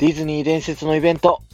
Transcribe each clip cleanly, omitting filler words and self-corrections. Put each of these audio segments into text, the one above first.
ディズニー伝説のイベント。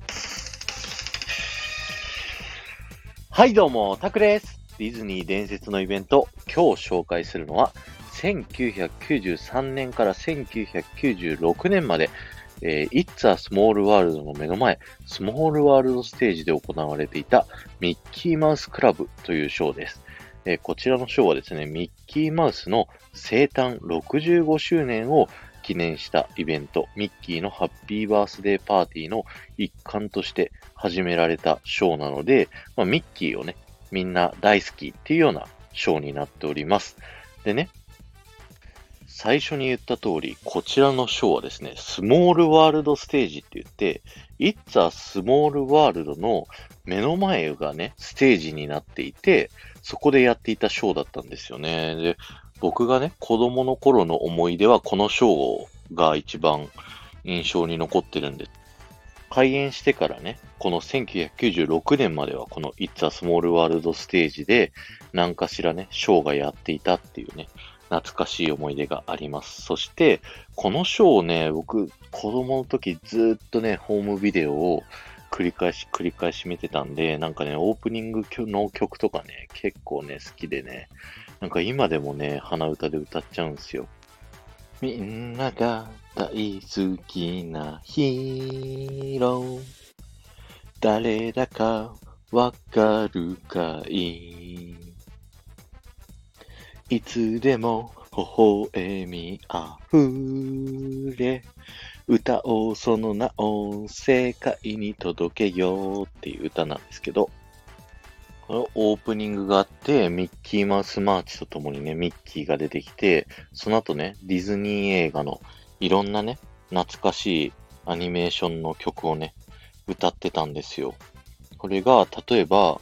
はいどうも、タクです。ディズニー伝説のイベント、今日紹介するのは、1993年から1996年まで、It's a Small World の目の前、スモールワールドステージで行われていたミッキーマウスクラブというショーです。こちらのショーはですね、ミッキーマウスの生誕65周年を記念したイベント、ミッキーのハッピーバースデーパーティーの一環として始められたショーなので、ミッキーをね、みんな大好きっていうようなショーになっております。でね、最初に言った通り、こちらのショーはですね、スモールワールドステージって言って、It's a Small World の目の前がね、ステージになっていて、そこでやっていたショーだったんですよね。で、僕がね、子供の頃の思い出はこのショーが一番印象に残ってるんです。開園してからね、この1996年まではこの It's a Small World ステージで何かしらね、ショーがやっていたっていうね、懐かしい思い出があります。そして、このショーをね、僕、子供の時ずっとね、ホームビデオを繰り返し見てたんで、なんかね、オープニングの曲とかね、結構ね、好きでね、なんか今でもね、鼻歌で歌っちゃうんですよ。みんなが大好きなヒーロー、誰だかわかるかい？いつでも微笑みあふれ、歌おうその名を世界に届けようっていう歌なんですけど、このオープニングがあって、ミッキーマウスマーチとともにね、ミッキーが出てきて、その後ね、ディズニー映画のいろんなね、懐かしいアニメーションの曲をね、歌ってたんですよ。これが、例えば、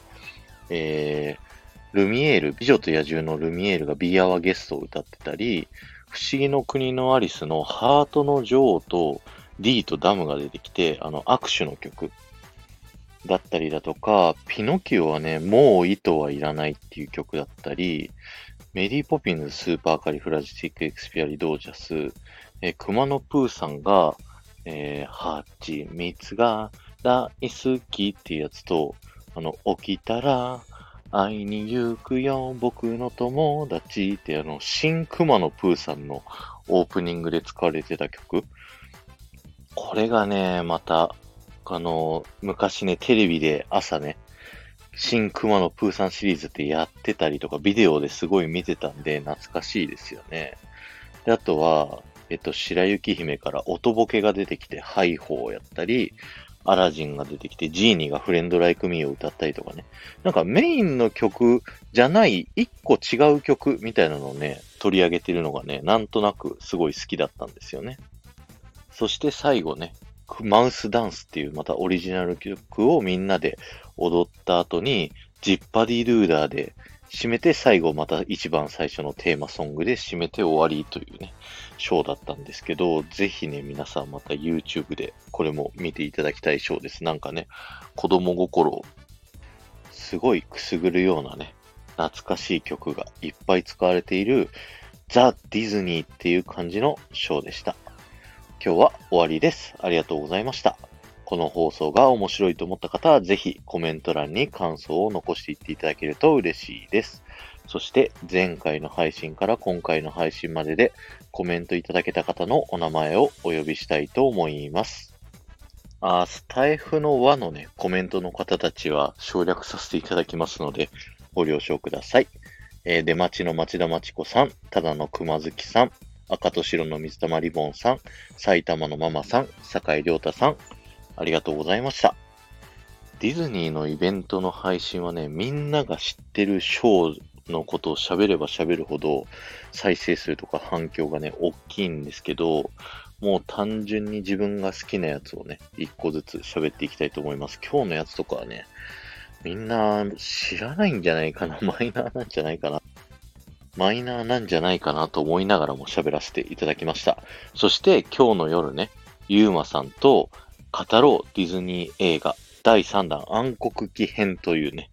ルミエール、美女と野獣のルミエールがビーアワゲストを歌ってたり、不思議の国のアリスのハートの女王と D とダムが出てきて、握手の曲だったりだとか、ピノキオはね、もう糸はいらないっていう曲だったり、メリーポピンズスーパーカリフラジスティックエクスピアリドージャス、熊野プーさんが、ハチミツが大好きっていうやつと、起きたら会いに行くよ僕の友達って新熊野プーさんのオープニングで使われてた曲。これがね、また、昔ね、テレビで朝ね、新熊野プーさんシリーズってやってたりとか、ビデオですごい見てたんで、懐かしいですよね。で、あとは、白雪姫から音ボケが出てきて、ハイホーをやったり、アラジンが出てきて、ジーニーがフレンドライクミーを歌ったりとかね。なんかメインの曲じゃない一個違う曲みたいなのをね、取り上げてるのがね、なんとなくすごい好きだったんですよね。そして最後ね、マウスダンスっていうまたオリジナル曲をみんなで踊った後に、ジッパディルーダーで締めて最後また一番最初のテーマソングで締めて終わりというね、ショーだったんですけど、ぜひね、皆さんまた YouTube でこれも見ていただきたいショーです。なんかね、子供心をすごいくすぐるようなね、懐かしい曲がいっぱい使われているザ・ディズニーっていう感じのショーでした。今日は終わりです。ありがとうございました。この放送が面白いと思った方は、ぜひコメント欄に感想を残していっていただけると嬉しいです。そして前回の配信から今回の配信まででコメントいただけた方のお名前をお呼びしたいと思います。スタイフの輪のね、コメントの方たちは省略させていただきますので、ご了承ください。出待ちの町田町子さん、ただの熊月さん、赤と白の水玉リボンさん、埼玉のママさん、坂井亮太さん、ありがとうございました。ディズニーのイベントの配信はね、みんなが知ってるショーのことを喋れば喋るほど再生数とか反響がね、大きいんですけど、もう単純に自分が好きなやつをね、一個ずつ喋っていきたいと思います。今日のやつとかはね、みんな知らないんじゃないかな、マイナーなんじゃないかな。マイナーなんじゃないかなと思いながらも喋らせていただきました。そして今日の夜ね、ゆうまさんと語ろうディズニー映画第3弾暗黒期編というね、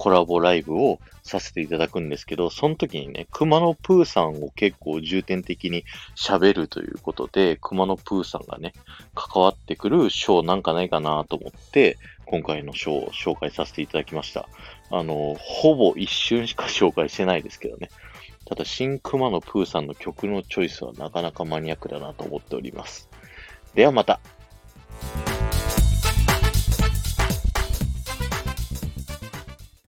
コラボライブをさせていただくんですけど、その時にね、熊野プーさんを結構重点的に喋るということで、熊野プーさんがね、関わってくるショーなんかないかなと思って、今回のショーを紹介させていただきました。ほぼ一瞬しか紹介してないですけどね。ただ、新熊野プーさんの曲のチョイスはなかなかマニアックだなと思っております。ではまた。